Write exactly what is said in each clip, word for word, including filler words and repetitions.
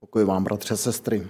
Pokoj vám, bratře a sestry.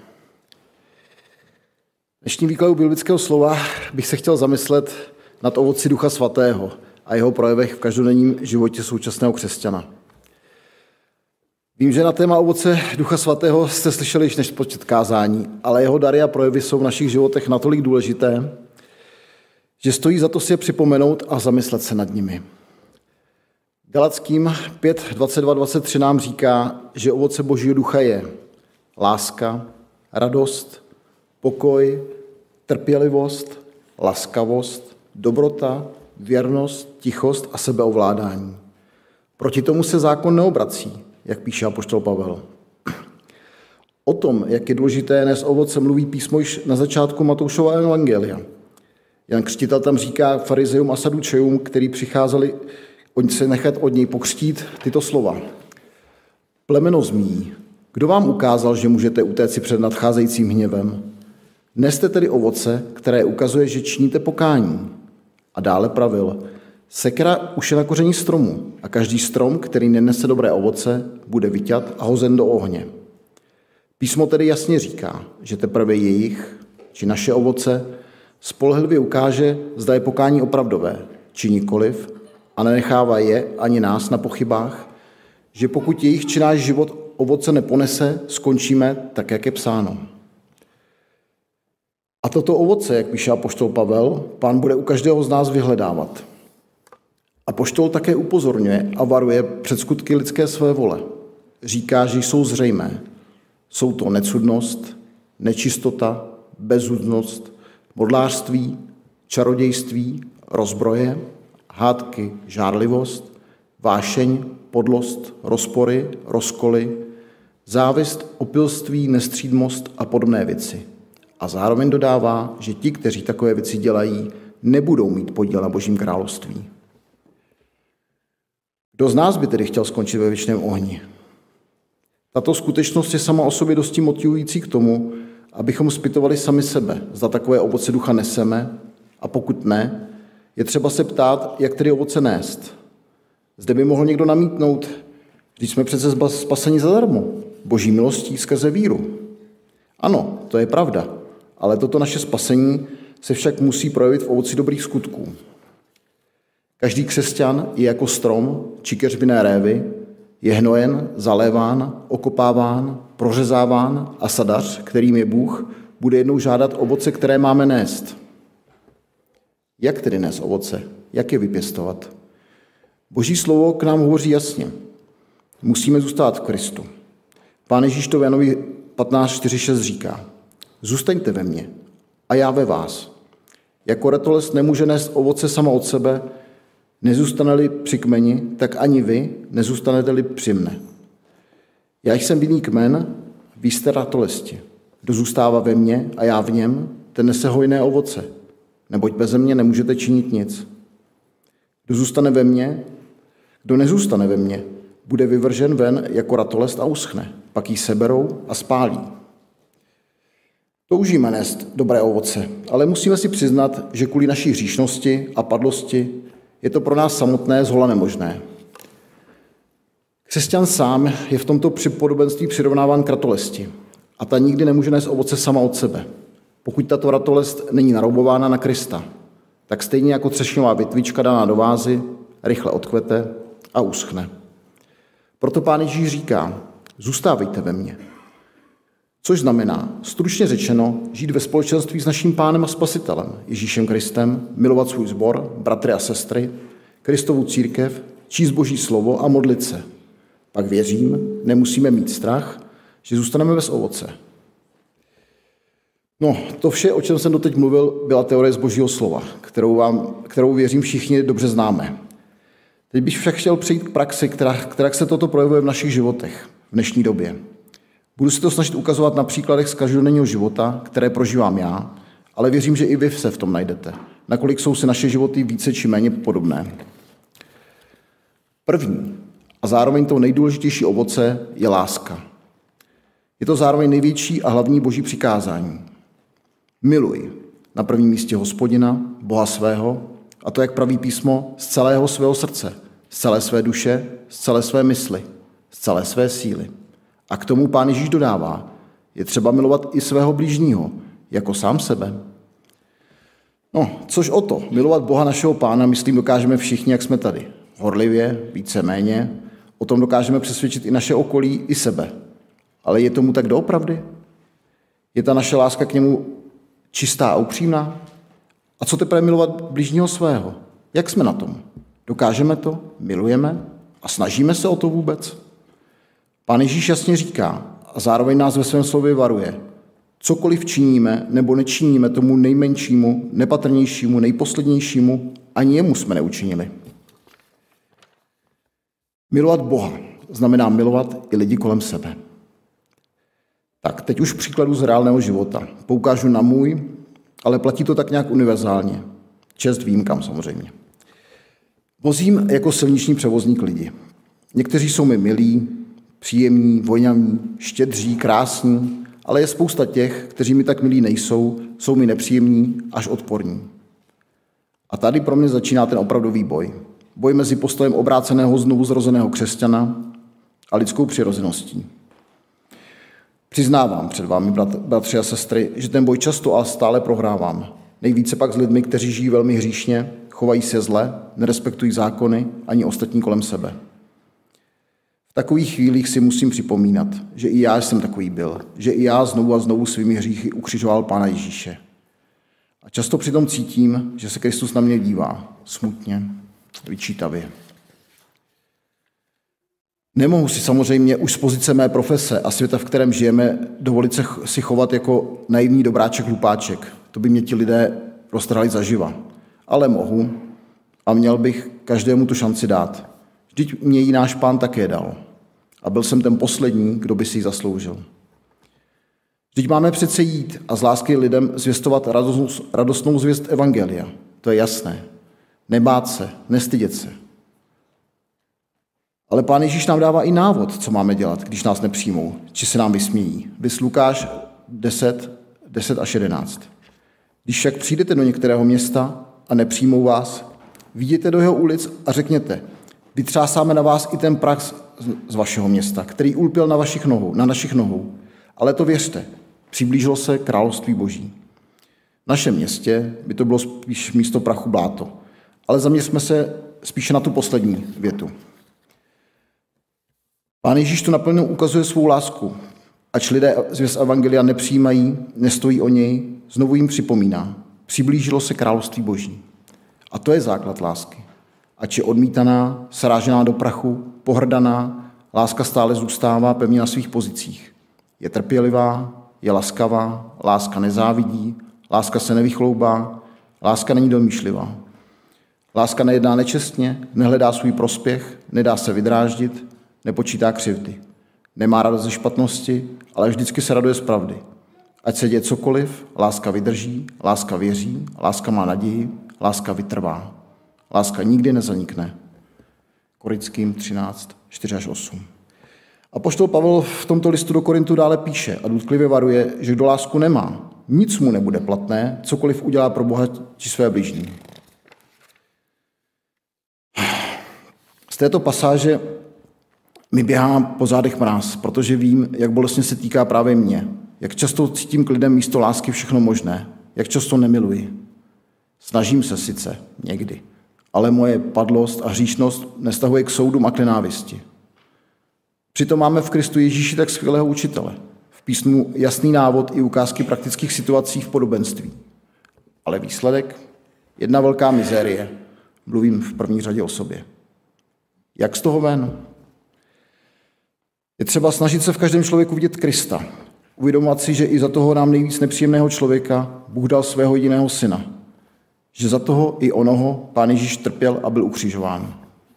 Dnešní výkladu biblického slova bych se chtěl zamyslet nad ovoci Ducha Svatého a jeho projevech v každodenním životě současného křesťana. Vím, že na téma ovoce Ducha Svatého jste slyšeli již nespočet kázání, ale jeho dary a projevy jsou v našich životech natolik důležité, že stojí za to si je připomenout a zamyslet se nad nimi. Galackým pět, dvacet dva, dvacet tři nám říká, že ovoce Božího ducha je láska, radost, pokoj, trpělivost, laskavost, dobrota, věrnost, tichost a sebeovládání. Proti tomu se zákon neobrací, jak píše apoštol Pavel. O tom, jak je důležité nést ovoce, mluví písmo již na začátku Matoušova evangelia. Jan Křtitel tam říká farizejům a sadučejům, kteří přicházeli se nechat od něj pokřtít, tyto slova. Plemeno zmíjí, kdo vám ukázal, že můžete utéci před nadcházejícím hněvem? Neste tedy ovoce, které ukazuje, že činíte pokání. A dále pravil, sekera už je na koření stromu a každý strom, který nenese dobré ovoce, bude vyťat a hozen do ohně. Písmo tedy jasně říká, že teprve jejich, či naše ovoce, spolehlivě ukáže, zda je pokání opravdové, či nikoliv, a nenechává je ani nás na pochybách, že pokud jejich či náš život ovoce neponese, skončíme tak, jak je psáno. A toto ovoce, jak píše apoštol Pavel, Pán bude u každého z nás vyhledávat. Apoštol také upozorňuje a varuje před skutky lidské své vole. Říká, že jsou zřejmé. Jsou to necudnost, nečistota, bezúdnost, modlářství, čarodějství, rozbroje, hádky, žárlivost, vášeň, podlost, rozpory, rozkoly, závist, opilství, nestřídmost a podobné věci. A zároveň dodává, že ti, kteří takové věci dělají, nebudou mít podíl na Božím království. Kdo z nás by tedy chtěl skončit ve věčném ohni? Tato skutečnost je sama o sobě dosti motivující k tomu, abychom zpytovali sami sebe, zda takové ovoce ducha neseme, a pokud ne, je třeba se ptát, jak tedy ovoce nést. Zde by mohl někdo namítnout, když jsme přece spaseni zadarmo, Boží milostí skrze víru. Ano, to je pravda, ale toto naše spasení se však musí projevit v ovoci dobrých skutků. Každý křesťan je jako strom či keřbiné révy, je hnojen, zaléván, okopáván, prořezáván a sadař, kterým je Bůh, bude jednou žádat ovoce, které máme nést. Jak tedy nést ovoce? Jak je vypěstovat? Boží slovo k nám hovoří jasně. Musíme zůstat v Kristu. Pán Ježíš to v Janovi patnáct čtyři šest říká. Zůstaňte ve mně a já ve vás. Jako ratolest nemůže nést ovoce sama od sebe, nezůstane-li při kmeni, tak ani vy nezůstanete-li při mne. Já jsem vinný kmen, vy jste ratolesti. Kdo zůstává ve mně a já v něm, ten nese hojné ovoce. Neboť beze mě nemůžete činit nic. Kdo zůstane ve mně, kdo nezůstane ve mně, bude vyvržen ven jako ratolest a uschne. Pak ji seberou a spálí. Toužíme nést dobré ovoce, ale musíme si přiznat, že kvůli naší hříšnosti a padlosti je to pro nás samotné zhola nemožné. Křesťan sám je v tomto podobenství přirovnáván k ratolesti a ta nikdy nemůže nést ovoce sama od sebe. Pokud tato ratolest není naroubována na Krista, tak stejně jako třešňová větvička daná do vázy, rychle odkvete a uschne. Proto Pán Ježíš říká, zůstávejte ve mně. Což znamená, stručně řečeno, žít ve společenství s naším Pánem a Spasitelem, Ježíšem Kristem, milovat svůj sbor, bratry a sestry, Kristovu církev, číst Boží slovo a modlit se. Pak věřím, nemusíme mít strach, že zůstaneme bez ovoce. No, to vše, o čem jsem doteď mluvil, byla teorie z Božího slova, kterou, vám, kterou věřím všichni dobře známe. Teď bych však chtěl přejít k praxi, která, která se toto projevuje v našich životech v dnešní době. Budu si to snažit ukazovat na příkladech z každodenního života, které prožívám já, ale věřím, že i vy se v tom najdete, nakolik jsou si naše životy více či méně podobné. První a zároveň to nejdůležitější ovoce je láska. Je to zároveň největší a hlavní Boží přikázání. Miluj na prvním místě Hospodina, Boha svého, a to, jak praví písmo, z celého svého srdce, z celé své duše, z celé své mysli, z celé své síly. A k tomu Pán Ježíš dodává, je třeba milovat i svého blížního, jako sám sebe. No, což o to, milovat Boha našeho Pána, myslím, dokážeme všichni, jak jsme tady. Horlivě, víceméně, o tom dokážeme přesvědčit i naše okolí, i sebe. Ale je tomu tak doopravdy? Je ta naše láska k němu čistá a upřímná? A co teprve milovat blížního svého? Jak jsme na tom? Dokážeme to? Milujeme? A snažíme se o to vůbec? Pán Ježíš jasně říká a zároveň nás ve svém slově varuje. Cokoliv činíme nebo nečiníme tomu nejmenšímu, nepatrnějšímu, nejposlednějšímu, ani jemu jsme neučinili. Milovat Boha znamená milovat i lidi kolem sebe. Tak, teď už příkladu z reálného života. Poukážu na můj, ale platí to tak nějak univerzálně. Čest výjimkám samozřejmě. Vozím jako silniční převozník lidi. Někteří jsou mi milí, příjemní, voňaví, štědří, krásní, ale je spousta těch, kteří mi tak milí nejsou, jsou mi nepříjemní až odporní. A tady pro mě začíná ten opravdový boj. Boj mezi postojem obráceného znovu zrozeného křesťana a lidskou přirozeností. Přiznávám před vámi, bratři a sestry, že ten boj často a stále prohrávám. Nejvíce pak s lidmi, kteří žijí velmi hříšně, chovají se zle, nerespektují zákony ani ostatní kolem sebe. V takových chvílích si musím připomínat, že i já jsem takový byl, že i já znovu a znovu svými hříchy ukřižoval Pána Ježíše. A často přitom cítím, že se Kristus na mě dívá smutně, vyčítavě. Nemohu si samozřejmě už z pozice mé profese a světa, v kterém žijeme, dovolit se si chovat jako naivní dobráček hlupáček. To by mě ti lidé roztrhali zaživa. Ale mohu a měl bych každému tu šanci dát. Vždyť mě ji náš Pán také dal. A byl jsem ten poslední, kdo by si ji zasloužil. Vždyť máme přece jít a z lásky lidem zvěstovat radostnou zvěst evangelia. To je jasné. Nebát se, nestydět se. Ale Pán Ježíš nám dává i návod, co máme dělat, když nás nepřijmou, či se nám vysmějí. Vys Lukáš deset, deset až jedenáct. Když však přijdete do některého města a nepřijmou vás, vyjděte do jeho ulic a řekněte, vytřásáme na vás i ten prach z vašeho města, který ulpěl na vašich nohou, na našich nohou. Ale to věřte, přiblížilo se království Boží. V našem městě by to bylo spíš místo prachu bláto. Ale zaměřme se spíše na tu poslední větu. Pán Ježíš tu naplno ukazuje svou lásku. Ač lidé zvěst evangelia nepřijímají, nestojí o něj, znovu jim připomíná. Přiblížilo se království Boží. A to je základ lásky. Ač je odmítaná, srážená do prachu, pohrdaná, láska stále zůstává pevně na svých pozicích. Je trpělivá, je laskavá, láska nezávidí, láska se nevychloubá, láska není domýšlivá. Láska nejedná nečestně, nehledá svůj prospěch, nedá se vydráždit, nepočítá křivdy. Nemá radost ze špatnosti, ale vždycky se raduje z pravdy. Ať se děje cokoliv, láska vydrží, láska věří, láska má naději, láska vytrvá. Láska nikdy nezanikne. Korinským třináct, čtyři až osm. Apoštol Pavel v tomto listu do Korintu dále píše a důtklivě varuje, že kdo lásku nemá, nic mu nebude platné, cokoliv udělá pro Boha či své bližní. Z této pasáže mi běhá po zádech mráz, protože vím, jak bolestně se týká právě mě. Jak často cítím k lidem místo lásky všechno možné. Jak často nemiluji. Snažím se sice, někdy. Ale moje padlost a hříšnost nestahuje k soudům a k nenávisti. Přitom máme v Kristu Ježíši tak skvělého učitele. V písmu jasný návod i ukázky praktických situací v podobenství. Ale výsledek? Jedna velká mizérie. Mluvím v první řadě o sobě. Jak z toho ven? Je třeba snažit se v každém člověku vidět Krista. Uvědomovat si, že i za toho nám nejvíc nepříjemného člověka Bůh dal svého jediného syna. Že za toho i onoho Pán Ježíš trpěl a byl ukřižován.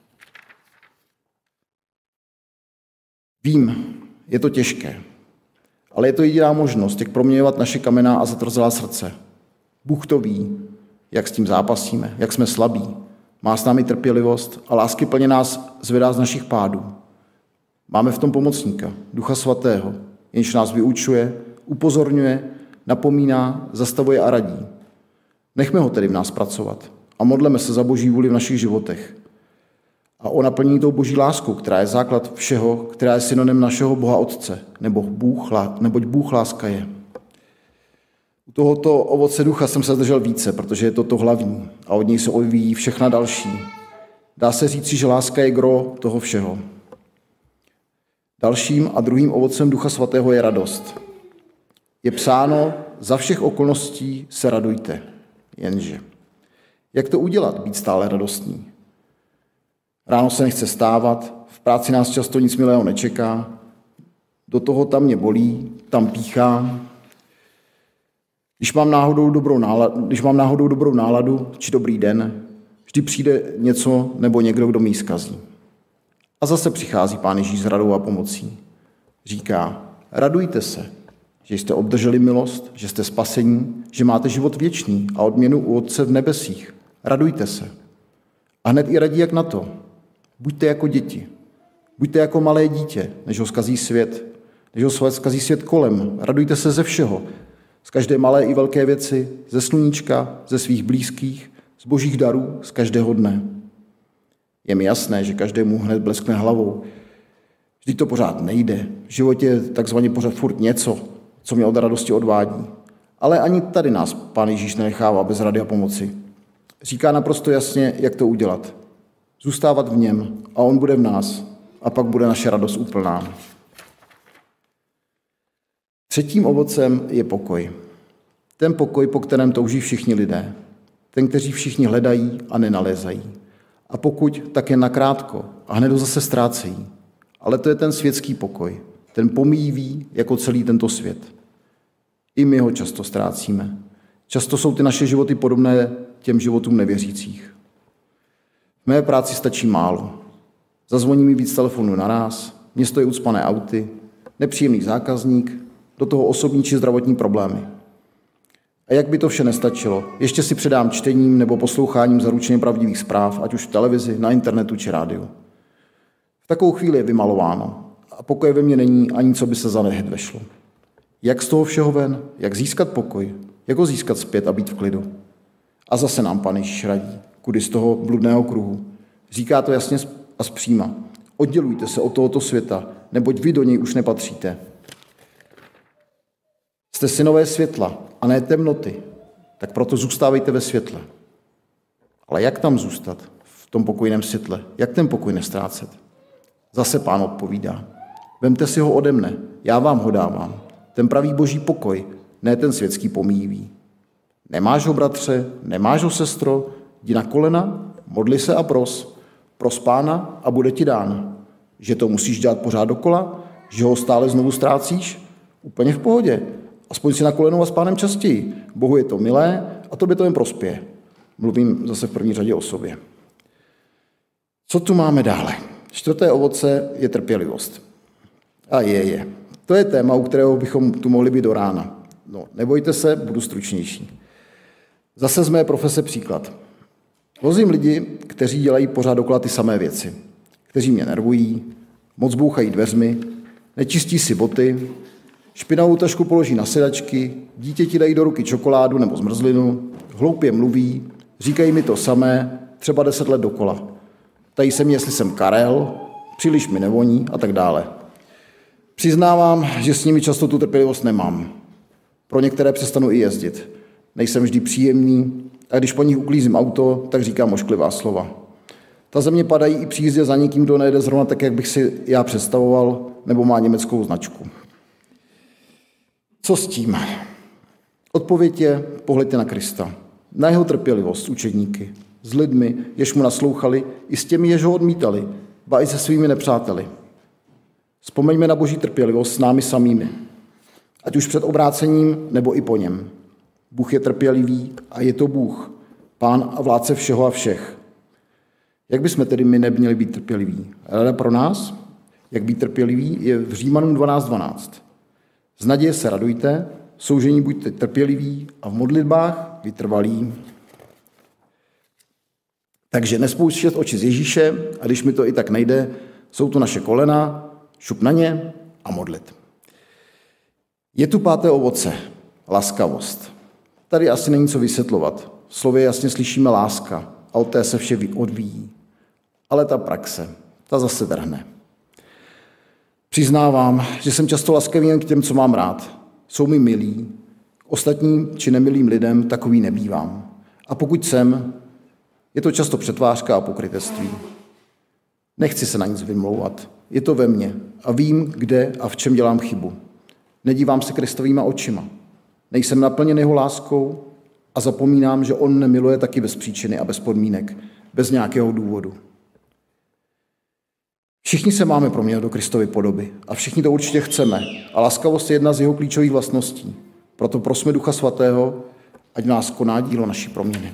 Vím, je to těžké, ale je to jediná možnost, jak proměňovat naše kamenná a zatrzalá srdce. Bůh to ví, jak s tím zápasíme, jak jsme slabí. Má s námi trpělivost a lásky plně nás zvedá z našich pádů. Máme v tom pomocníka, Ducha Svatého, jenž nás vyučuje, upozorňuje, napomíná, zastavuje a radí. Nechme ho tedy v nás pracovat a modleme se za Boží vůli v našich životech. a o naplnění tou boží láskou, která je základ všeho, která je synonym našeho Boha Otce, nebo Bůh, neboť Bůh láska je. U tohoto ovoce ducha jsem se zdržel více, protože je to to hlavní a od něj se odvíjí všechna další. Dá se říci, že láska je gro toho všeho. Dalším a druhým ovocem Ducha Svatého je radost. Je psáno, za všech okolností se radujte. Jenže, jak to udělat, být stále radostný? Ráno se nechce stávat, v práci nás často nic milého nečeká, do toho tam mě bolí, tam píchá. Když mám náhodou dobrou náladu, když mám náhodou dobrou náladu či dobrý den, vždy přijde něco nebo někdo, kdo mi ji zkazí. A zase přichází Pán Ježíš s radou a pomocí. Říká, radujte se, že jste obdrželi milost, že jste spasení, že máte život věčný a odměnu u Otce v nebesích. Radujte se. A hned i radí, jak na to. Buďte jako děti. Buďte jako malé dítě, než ho zkazí svět, než ho zkazí svět kolem. Radujte se ze všeho, z každé malé i velké věci, ze sluníčka, ze svých blízkých, z božích darů, z každého dne. Je mi jasné, že každému hned bleskne hlavou. Vždyť to pořád nejde. V životě je takzvaně pořád furt něco, co mě od radosti odvádí. Ale ani tady nás Pán Ježíš nenechává bez rady a pomoci. Říká naprosto jasně, jak to udělat. Zůstávat v něm a on bude v nás a pak bude naše radost úplná. Třetím ovocem je pokoj. Ten pokoj, po kterém touží všichni lidé. Ten, kteří všichni hledají a nenalézají. A pokud, tak jen nakrátko a hned ho zase ztrácejí. Ale to je ten světský pokoj. Ten pomíjivý jako celý tento svět. I my ho často ztrácíme. Často jsou ty naše životy podobné těm životům nevěřících. V mé práci stačí málo. Zazvoní mi víc telefonů naráz, město je ucpané auty, nepříjemný zákazník, do toho osobní či zdravotní problémy. A jak by to vše nestačilo, ještě si předám čtením nebo posloucháním zaručeně pravdivých zpráv, ať už v televizi, na internetu či rádiu. V takovou chvíli je vymalováno a pokoje ve mně není ani co by se za nehet vešlo. Jak z toho všeho ven? Jak získat pokoj? Jak ho získat zpět a být v klidu? A zase nám Pán Ježíš radí, kudy z toho bludného kruhu. Říká to jasně a zpříma. Oddělujte se od tohoto světa, neboť vy do něj už nepatříte. Jste synové světla a ne temnoty, tak proto zůstávejte ve světle. Ale jak tam zůstat v tom pokojném světle? Jak ten pokoj nestrácet? Zase Pán odpovídá. Vemte si ho ode mne, já vám ho dávám. Ten pravý boží pokoj, ne ten světský pomíjivý. Nemáš ho, bratře, nemáš ho, sestro, jdi na kolena, modli se a pros. Pros Pána a bude ti dán. Že to musíš dělat pořád dokola, že ho stále znovu ztrácíš? Úplně v pohodě. Aspoň si na kolenou a s Pánem častěji. Bohu je to milé a tobě to jen prospěje. Mluvím zase v první řadě o sobě. Co tu máme dále? Čtvrté ovoce je trpělivost. A je, je. To je téma, u kterého bychom tu mohli být do rána. No, nebojte se, budu stručnější. Zase z mé profese příklad. Vozím lidi, kteří dělají pořád dokola ty samé věci. Kteří mě nervují, moc bouchají dveřmi, nečistí si boty, špinavou tašku položí na sedačky, dítěti dají do ruky čokoládu nebo zmrzlinu, hloupě mluví, říkají mi to samé, třeba deset let dokola. Ptají se mě, jestli jsem Karel, příliš mi nevoní a tak dále. Přiznávám, že s nimi často tu trpělivost nemám. Pro některé přestanu i jezdit. Nejsem vždy příjemný a když po nich uklízím auto, tak říkám ošklivá slova. Ta země padají i při jízdě za někým, kdo nejde zrovna tak, jak bych si já představoval, nebo má německou značku. Co s tím? Odpověď je, pohleďte na Krista. Na jeho trpělivost s učedníky, s lidmi, jež mu naslouchali, i s těmi, jež ho odmítali, ba i se svými nepřáteli. Vzpomeňme na boží trpělivost s námi samými, ať už před obrácením, nebo i po něm. Bůh je trpělivý a je to Bůh, Pán a vládce všeho a všech. Jak bychom tedy my neměli být trpěliví? Rada pro nás, jak být trpělivý, je v Římanům dvanáct dvanáct. Z naděje se radujte, v soužení buďte trpěliví a v modlitbách vytrvalí. Takže nespouštět oči z Ježíše, a když mi to i tak nejde, jsou tu naše kolena, šup na ně a modlit. Je tu páté ovoce, laskavost. Tady asi není co vysvětlovat. V slově jasně slyšíme láska a od té se vše odvíjí. Ale ta praxe, ta zase drhne. Přiznávám, že jsem často laskavý jen k těm, co mám rád. Jsou mi milí, ostatním či nemilým lidem takový nebývám. A pokud jsem, je to často přetvářka a pokrytectví. Nechci se na nic vymlouvat. Je to ve mně a vím, kde a v čem dělám chybu. Nedívám se Kristovýma očima. Nejsem naplněn jeho láskou a zapomínám, že on nemiluje taky bez příčiny a bez podmínek, bez nějakého důvodu. Všichni se máme proměnit do Kristovy podoby a všichni to určitě chceme. A laskavost je jedna z jeho klíčových vlastností. Proto prosme Ducha Svatého, ať v nás koná dílo naší proměny.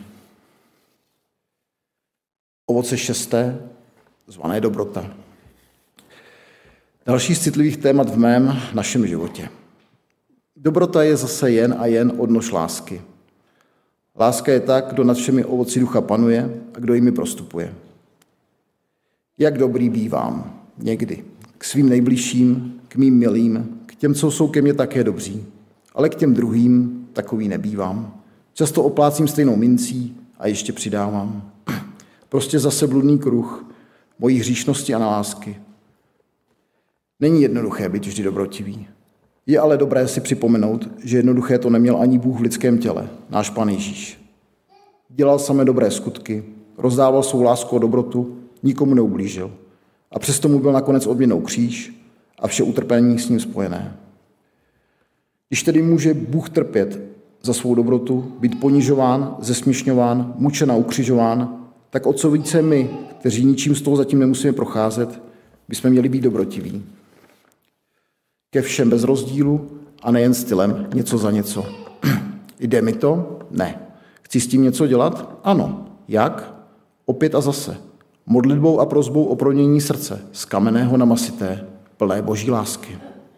Ovoce šesté, zvané dobrota. Další z citlivých témat v mém našem životě. Dobrota je zase jen a jen odnož lásky. Láska je tak, kdo nad všemi ovoci ducha panuje a kdo jimi prostupuje. Jak dobrý bývám, někdy, k svým nejbližším, k mým milým, k těm, co jsou ke mně také dobří, ale k těm druhým takový nebývám. Často oplácím stejnou mincí a ještě přidávám. Prostě zase bludný kruh mojí hříšnosti a nalásky. Není jednoduché být vždy dobrotivý. Je ale dobré si připomenout, že jednoduché to neměl ani Bůh v lidském těle, náš Pán Ježíš. Dělal samé dobré skutky, rozdával svou lásku a dobrotu, nikomu neublížil. A přesto mu byl nakonec odměnou kříž a vše utrpení s ním spojené. Když tedy může Bůh trpět za svou dobrotu, být ponižován, zesměšňován, mučen a ukřižován, tak o co více my, kteří ničím z toho zatím nemusíme procházet, bychom měli být dobrotiví. Ke všem bez rozdílu a nejen stylem něco za něco. Jde mi to? Ne. Chci s tím něco dělat? Ano. Jak? Opět a zase. Modlitbou a prosbou o proměnění srdce z kamenného na masité, plné boží lásky.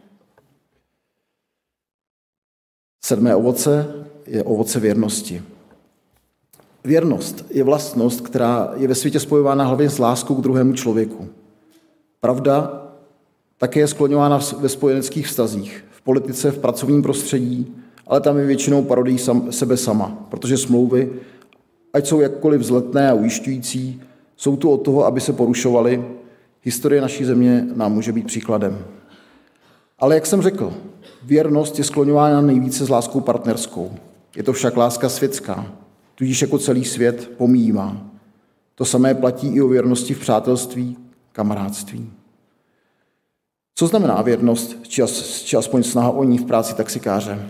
Sedmé ovoce je ovoce věrnosti. Věrnost je vlastnost, která je ve světě spojována hlavně s láskou k druhému člověku. Pravda také je skloňována ve spojeneckých vztazích, v politice, v pracovním prostředí, ale tam je většinou parodií sam, sebe sama, protože smlouvy, ať jsou jakkoliv vzletné a ujišťující, jsou tu od toho, aby se porušovaly. Historie naší země nám může být příkladem. Ale jak jsem řekl, věrnost je skloňována nejvíce s láskou partnerskou. Je to však láska světská, tudíž jako celý svět pomíjivá. To samé platí i o věrnosti v přátelství, kamarádství. Co znamená věrnost, či, as, či aspoň snaha o ní v práci taxikáře?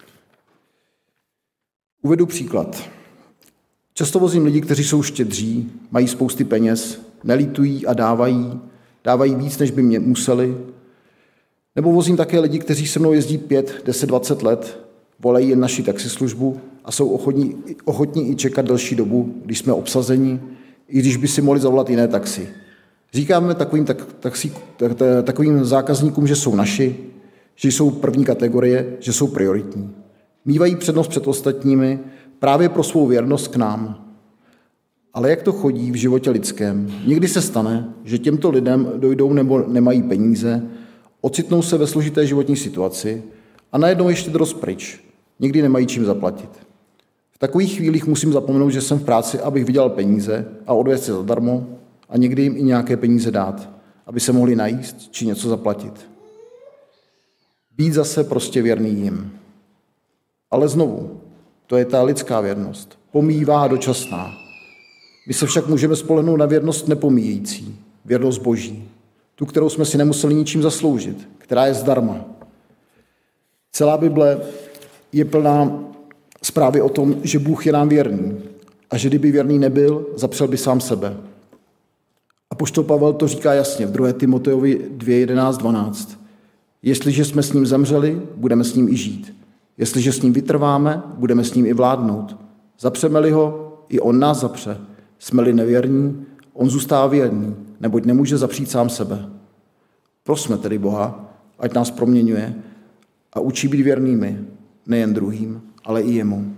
Uvedu příklad. Často vozím lidi, kteří jsou štědří, mají spousty peněz, nelítují a dávají, dávají víc, než by mě museli. Nebo vozím také lidi, kteří se mnou jezdí pět, deset, dvacet let, volají jen naši taxislužbu a jsou ochotní, ochotní i čekat delší dobu, když jsme obsazeni, i když by si mohli zavolat jiné taxi. Říkáme takovým, tak, taxi, tak, takovým zákazníkům, že jsou naši, že jsou první kategorie, že jsou prioritní. Mívají přednost před ostatními právě pro svou věrnost k nám. Ale jak to chodí v životě lidském? Někdy se stane, že těmto lidem dojdou nebo nemají peníze, ocitnou se ve složité životní situaci a najednou ještě dost pryč. Někdy nemají čím zaplatit. V takových chvílích musím zapomenout, že jsem v práci, abych vydělal peníze a odvést je zadarmo a někdy jim i nějaké peníze dát, aby se mohli najíst či něco zaplatit. Být zase prostě věrný jim. Ale znovu, to je ta lidská věrnost, pomíjivá a dočasná. My se však můžeme spolehnout na věrnost nepomíjející, věrnost Boží, tu, kterou jsme si nemuseli ničím zasloužit, která je zdarma. Celá Bible je plná zprávy o tom, že Bůh je nám věrný a že kdyby věrný nebyl, zapřel by sám sebe. Apoštol Pavel to říká jasně v druhé Timotejovi dva, jedenáct, dvanáct. Jestliže jsme s ním zemřeli, budeme s ním i žít. Jestliže s ním vytrváme, budeme s ním i vládnout. Zapřeme-li ho, i on nás zapře. Jsme-li nevěrní, on zůstává věrný, neboť nemůže zapřít sám sebe. Prosme tedy Boha, ať nás proměňuje a učí být věrnými, nejen druhým, ale i jemu.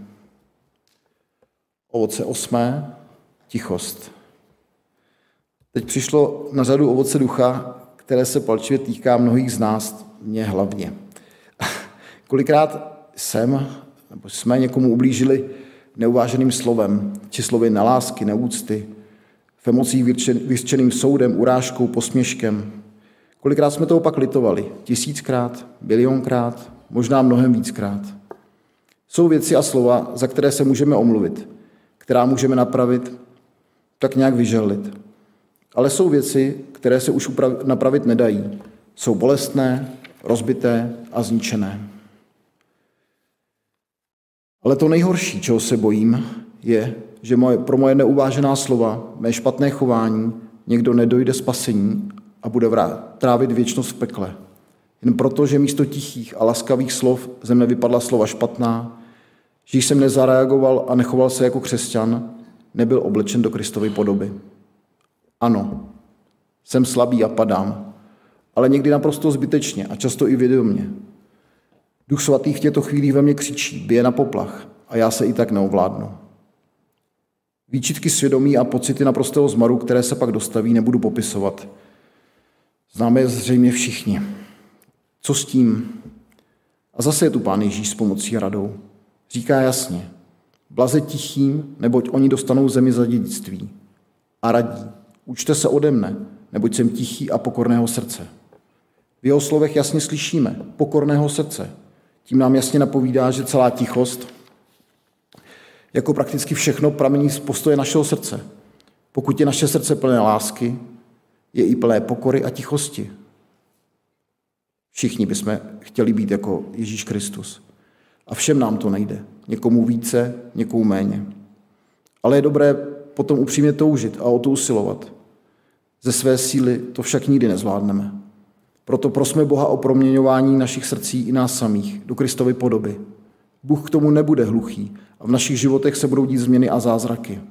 Ovoce osmé, tichost. Teď přišlo na řadu ovoce ducha, které se palčivě týká mnohých z nás, mě hlavně. Kolikrát jsem, nebo jsme někomu ublížili neuváženým slovem, či slovy nelásky, neúcty, v emocích vyřčeným soudem, urážkou, posměškem. Kolikrát jsme toho pak litovali? Tisíckrát, bilionkrát, možná mnohem víckrát. Jsou věci a slova, za které se můžeme omluvit, která můžeme napravit, tak nějak vyžehlit. Ale jsou věci, které se už napravit nedají. Jsou bolestné, rozbité a zničené. Ale to nejhorší, čeho se bojím, je, že moje, pro moje neuvážená slova, mé špatné chování, někdo nedojde spasení a bude vrát, trávit věčnost v pekle. Jen proto, že místo tichých a laskavých slov ze mne vypadla slova špatná, že jsem nezareagoval a nechoval se jako křesťan, nebyl oblečen do Kristovy podoby. Ano, jsem slabý a padám, ale někdy naprosto zbytečně a často i vědomě. Duch svatý v těchto chvílích ve mně křičí, bije na poplach a já se i tak neovládnu. Výčitky svědomí a pocity naprostého zmaru, které se pak dostaví, nebudu popisovat. Známe je zřejmě všichni. Co s tím? A zase je tu Pán Ježíš s pomocí a radou. Říká jasně, blaze tichým, neboť oni dostanou zemi za dědictví. A radí, učte se ode mne, neboť jsem tichý a pokorného srdce. V jeho slovech jasně slyšíme, pokorného srdce. Tím nám jasně napovídá, že celá tichost, jako prakticky všechno, pramení z postoje našeho srdce. Pokud je naše srdce plné lásky, je i plné pokory a tichosti. Všichni bychom chtěli být jako Ježíš Kristus. A všem nám to nejde. Někomu více, někomu méně. Ale je dobré potom upřímně toužit a o to usilovat. Ze své síly to však nikdy nezvládneme. Proto prosme Boha o proměňování našich srdcí i nás samých do Kristovy podoby. Bůh k tomu nebude hluchý a v našich životech se budou dít změny a zázraky.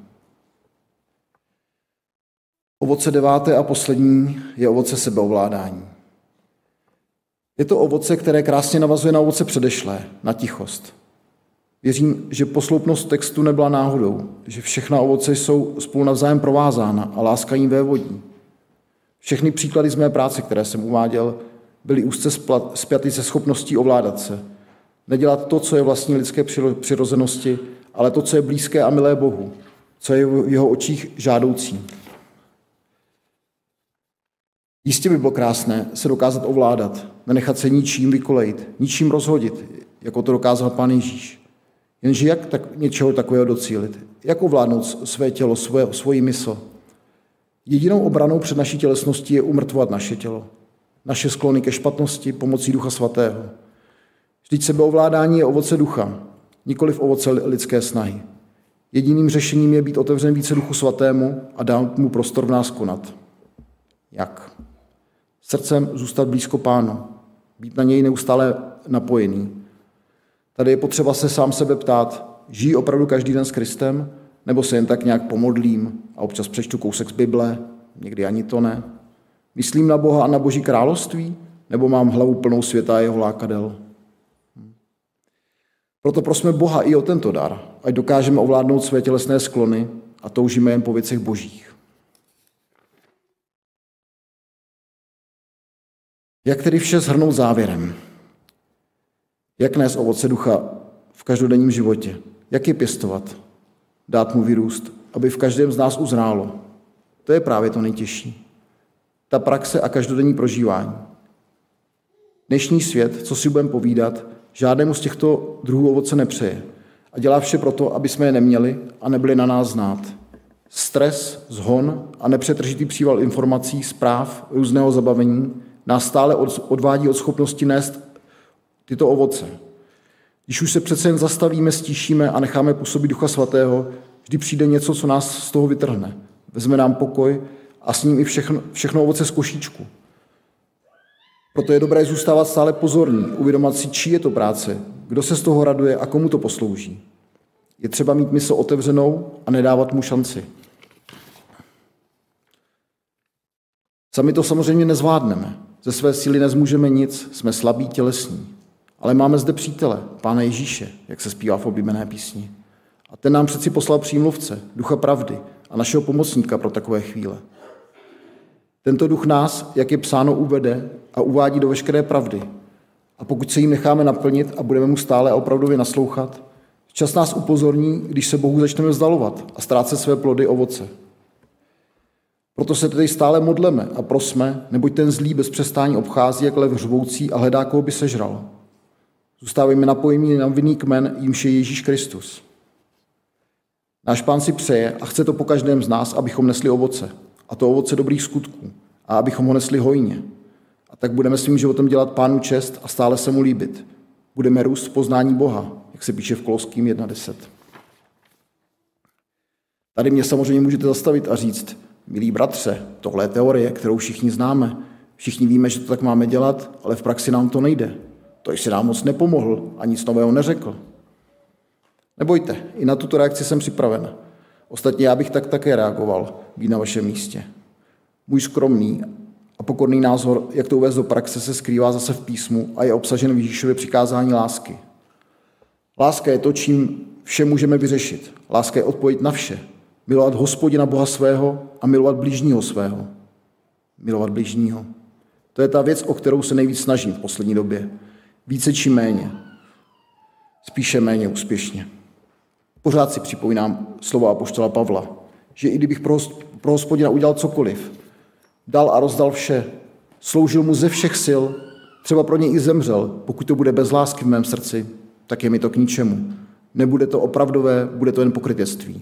Ovoce deváté a poslední je ovoce sebeovládání. Je to ovoce, které krásně navazuje na ovoce předešlé, na tichost. Věřím, že posloupnost textu nebyla náhodou, že všechna ovoce jsou spolu navzájem provázána a láska jim vévodí. Všechny příklady z mé práce, které jsem uváděl, byly úzce spjaty se schopností ovládat se. Nedělat to, co je vlastní lidské přirozenosti, ale to, co je blízké a milé Bohu, co je v jeho očích žádoucí. Jistě by bylo krásné se dokázat ovládat, nenechat se ničím vykolejit, ničím rozhodit, jako to dokázal Pán Ježíš. Jenže jak tak, něčeho takového docílit? Jak ovládnout své tělo, svoje, svoji mysl? Jedinou obranou před naší tělesností je umrtvovat naše tělo, naše sklony ke špatnosti pomocí Ducha Svatého. Vždyť sebeovládání je ovoce ducha, nikoliv ovoce lidské snahy. Jediným řešením je být otevřen více Duchu Svatému a dát mu prostor v nás konat. Jak? Srdcem zůstat blízko Pánu, být na něj neustále napojený. Tady je potřeba se sám sebe ptát, žijí opravdu každý den s Kristem, nebo se jen tak nějak pomodlím a občas přečtu kousek z Bible, někdy ani to ne. Myslím na Boha a na Boží království, nebo mám hlavu plnou světa a jeho lákadel? Proto prosme Boha i o tento dar, ať dokážeme ovládnout své tělesné sklony a toužíme jen po věcech božích. Jak tedy vše shrnout závěrem? Jak nést ovoce ducha v každodenním životě? Jak je pěstovat? Dát mu vyrůst, aby v každém z nás uzrálo. To je právě to nejtěžší. Ta praxe a každodenní prožívání. Dnešní svět, co si budeme povídat, žádnému z těchto druhů ovoce nepřeje a dělá vše proto, aby jsme je neměli a nebyli na nás znát. Stres, zhon a nepřetržitý příval informací, zpráv, různého zabavení nás stále odvádí od schopnosti nést tyto ovoce. Když už se přece jen zastavíme, stíšíme a necháme působit Ducha Svatého, vždy přijde něco, co nás z toho vytrhne. Vezme nám pokoj a s ním i všechno, všechno ovoce z košíčku. Proto je dobré zůstávat stále pozorní, uvědomovat si, čí je to práce, kdo se z toho raduje a komu to poslouží. Je třeba mít mysl otevřenou a nedávat mu šanci. Sami to samozřejmě nezvládneme. Ze své síly nezmůžeme nic, jsme slabí tělesní. Ale máme zde přítele, Pána Ježíše, jak se zpívá v oblíbené písni. A ten nám přeci poslal přímluvce, Ducha pravdy a našeho pomocníka pro takové chvíle. Tento duch nás, jak je psáno, uvede a uvádí do veškeré pravdy. A pokud se jim necháme naplnit a budeme mu stále a opravdově naslouchat, čas nás upozorní, když se Bohu začneme vzdalovat a ztrácet své plody, ovoce. Proto se tedy stále modleme a prosme, neboť ten zlý bez přestání obchází jak lev řvoucí a hledá, koho by sežral. Zůstávejme napojení na vinný kmen, jímž je Ježíš Kristus. Náš Pán si přeje a chce to po každém z nás, abychom nesli ovoce, a to ovoce dobrých skutků, a abychom ho nesli hojně. A tak budeme svým životem dělat Pánu čest a stále se mu líbit. Budeme růst v poznání Boha, jak se píše v Koloským jedna deset. Tady mě samozřejmě můžete zastavit a říct, milí bratře, tohle je teorie, kterou všichni známe. Všichni víme, že to tak máme dělat, ale v praxi nám to nejde. To jsi nám moc nepomohl a nic nového neřekl. Nebojte, i na tuto reakci jsem připraven. Ostatně já bych tak také reagoval, být na vašem místě. Můj skromný a pokorný názor, jak to uvést do praxe, se skrývá zase v písmu a je obsažen v Ježíšově přikázání lásky. Láska je to, čím vše můžeme vyřešit. Láska je odpověď na vše. Milovat Hospodina Boha svého a milovat bližního svého. Milovat bližního. To je ta věc, o kterou se nejvíc snažím v poslední době. Více či méně. Spíše méně úspěšně. Pořád si připomínám slova apoštola Pavla, že i kdybych pro Hospodina udělal cokoliv, dal a rozdal vše, sloužil mu ze všech sil, třeba pro něj i zemřel, pokud to bude bez lásky v mém srdci, tak je mi to k ničemu. Nebude to opravdové, bude to jen pokrytectví.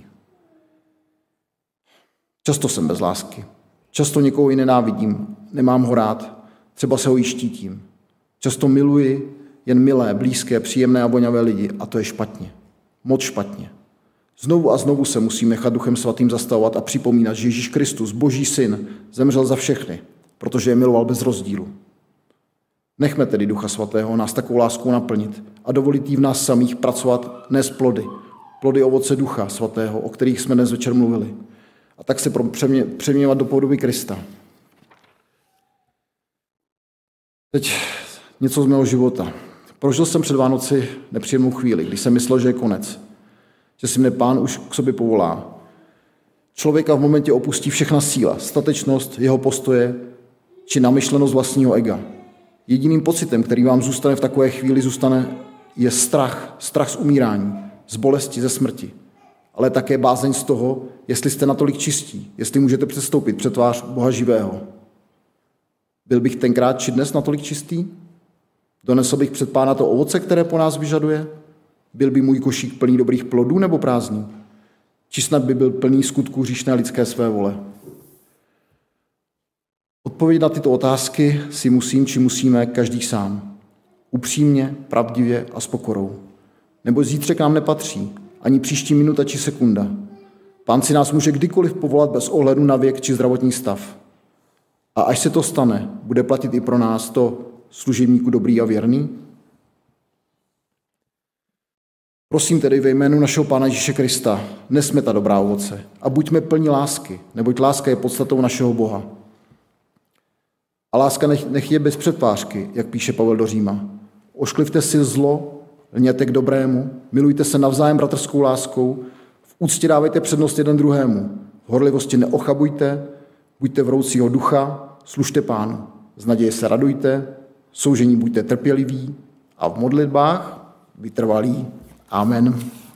Často jsem bez lásky. Často někoho i nenávidím, nemám ho rád, třeba se ho i štítím. Často miluji jen milé, blízké, příjemné a voňavé lidi a to je špatně. Moc špatně. Znovu a znovu se musím nechat Duchem Svatým zastavovat a připomínat, že Ježíš Kristus, Boží syn, zemřel za všechny, protože je miloval bez rozdílu. Nechme tedy Ducha Svatého nás takovou láskou naplnit a dovolit jí v nás samých pracovat ne z plody, plody ovoce Ducha Svatého, o kterých jsme dnes večer mluvili, a tak se přeměňovat do podoby Krista. Teď něco z mého života. Prožil jsem před Vánoci nepříjemnou chvíli, když jsem myslel, že je konec, že si mne Pán už k sobě povolá. Člověka v momentě opustí všechna síla, statečnost, jeho postoje či namyšlenost vlastního ega. Jediným pocitem, který vám zůstane v takové chvíli, zůstane, je strach, strach z umírání, z bolesti, ze smrti, ale také bázeň z toho, jestli jste natolik čistí, jestli můžete předstoupit před tvář Boha živého. Byl bych tenkrát či dnes natolik čistý? Donesl bych před Pána to ovoce, které po nás vyžaduje? Byl by můj košík plný dobrých plodů nebo prázdný? Či snad by byl plný skutků hříšné lidské své vole? Odpověď na tyto otázky si musím či musíme každý sám. Upřímně, pravdivě a s pokorou. Nebo zítřek nám nepatří, ani příští minuta či sekunda. Pán si nás může kdykoliv povolat bez ohledu na věk či zdravotní stav. A až se to stane, bude platit i pro nás to služebníku dobrý a věrný? Prosím tedy ve jménu našeho Pána Ježíše Krista, nesme ta dobrá ovoce a buďme plní lásky, neboť láska je podstatou našeho Boha. A láska nech, nech je bez předpářky, jak píše Pavel do Říma. Ošklivte si zlo, lněte k dobrému, milujte se navzájem bratrskou láskou, v úctě dávejte přednost jeden druhému, v horlivosti neochabujte, buďte vroucího ducha, služte Pánu, z naděje se radujte, v soužení buďte trpěliví a v modlitbách vytrvalí. Amen.